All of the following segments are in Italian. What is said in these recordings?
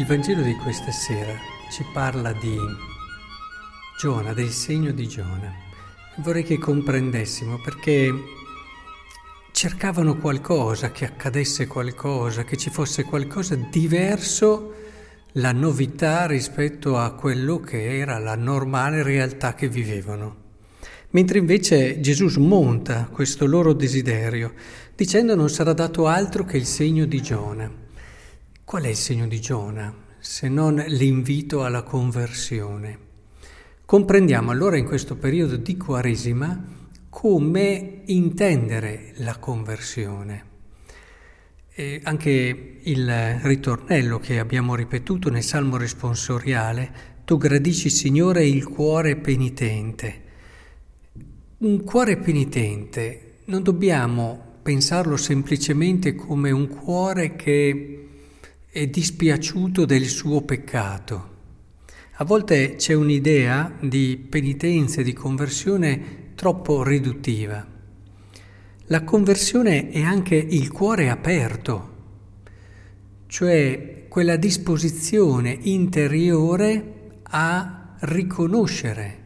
Vangelo di questa sera ci parla di Giona, del segno di Giona. Vorrei che comprendessimo perché cercavano qualcosa, che accadesse qualcosa, che ci fosse qualcosa diverso, la novità rispetto a quello che era la normale realtà che vivevano. Mentre invece Gesù smonta questo loro desiderio, dicendo non sarà dato altro che il segno di Giona. Qual è il segno di Giona, se non l'invito alla conversione? Comprendiamo allora in questo periodo di Quaresima come intendere la conversione. E anche il ritornello che abbiamo ripetuto nel Salmo responsoriale, tu gradisci, Signore, il cuore penitente. Un cuore penitente non dobbiamo pensarlo semplicemente come un cuore che è dispiaciuto del suo peccato. A volte c'è un'idea di penitenza e di conversione troppo riduttiva. La conversione è anche il cuore aperto, cioè quella disposizione interiore a riconoscere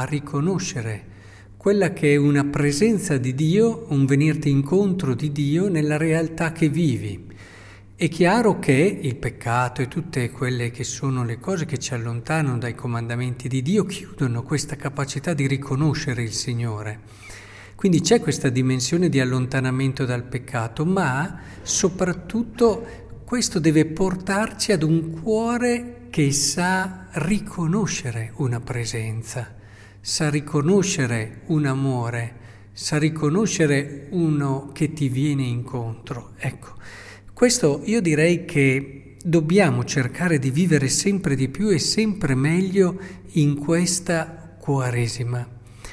quella che è una presenza di Dio, un venirti incontro di Dio nella realtà che vivi. È chiaro che il peccato e tutte quelle che sono le cose che ci allontanano dai comandamenti di Dio chiudono questa capacità di riconoscere il Signore. Quindi c'è questa dimensione di allontanamento dal peccato, ma soprattutto questo deve portarci ad un cuore che sa riconoscere una presenza, sa riconoscere un amore, sa riconoscere uno che ti viene incontro. Ecco. Questo io direi che dobbiamo cercare di vivere sempre di più e sempre meglio in questa Quaresima.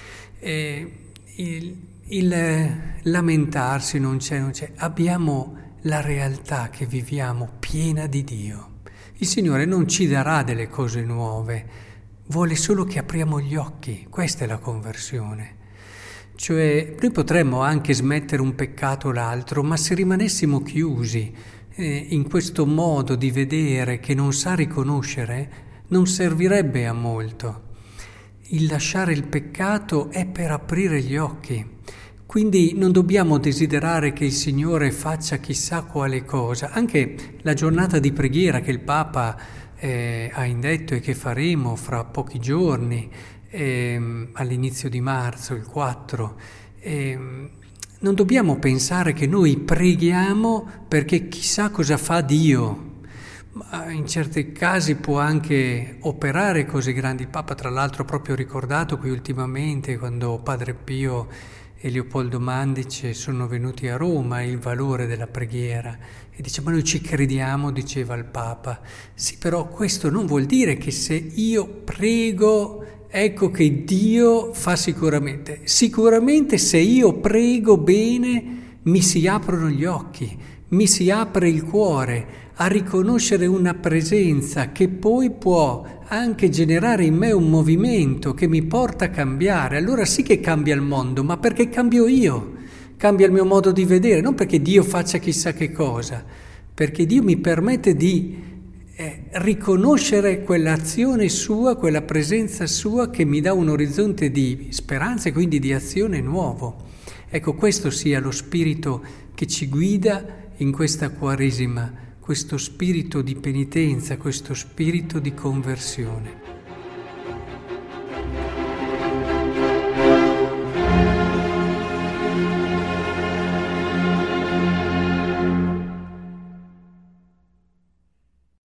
Il lamentarsi non c'è, abbiamo la realtà che viviamo piena di Dio. Il Signore non ci darà delle cose nuove, vuole solo che apriamo gli occhi, questa è la conversione. Cioè, noi potremmo anche smettere un peccato o l'altro, ma se rimanessimo chiusi in questo modo di vedere che non sa riconoscere, non servirebbe a molto. Il lasciare il peccato è per aprire gli occhi. Quindi non dobbiamo desiderare che il Signore faccia chissà quale cosa. Anche la giornata di preghiera che il Papa ha indetto e che faremo fra pochi giorni, all'inizio di marzo, il 4, non dobbiamo pensare che noi preghiamo perché chissà cosa fa Dio, ma in certi casi può anche operare cose grandi. Il Papa tra l'altro ha proprio ricordato qui ultimamente, quando Padre Pio e Leopoldo Mandice sono venuti a Roma, il valore della preghiera, e dice: ma noi ci crediamo, diceva il Papa. Sì, però questo non vuol dire che se io prego ecco che Dio fa sicuramente. Sicuramente se io prego bene mi si aprono gli occhi, mi si apre il cuore a riconoscere una presenza che poi può anche generare in me un movimento che mi porta a cambiare. Allora sì che cambia il mondo, ma perché cambio io, cambia il mio modo di vedere, non perché Dio faccia chissà che cosa, perché Dio mi permette di riconoscere quell'azione sua, quella presenza sua che mi dà un orizzonte di speranza e quindi di azione nuovo. Ecco, questo sia lo spirito che ci guida in questa Quaresima, questo spirito di penitenza, questo spirito di conversione.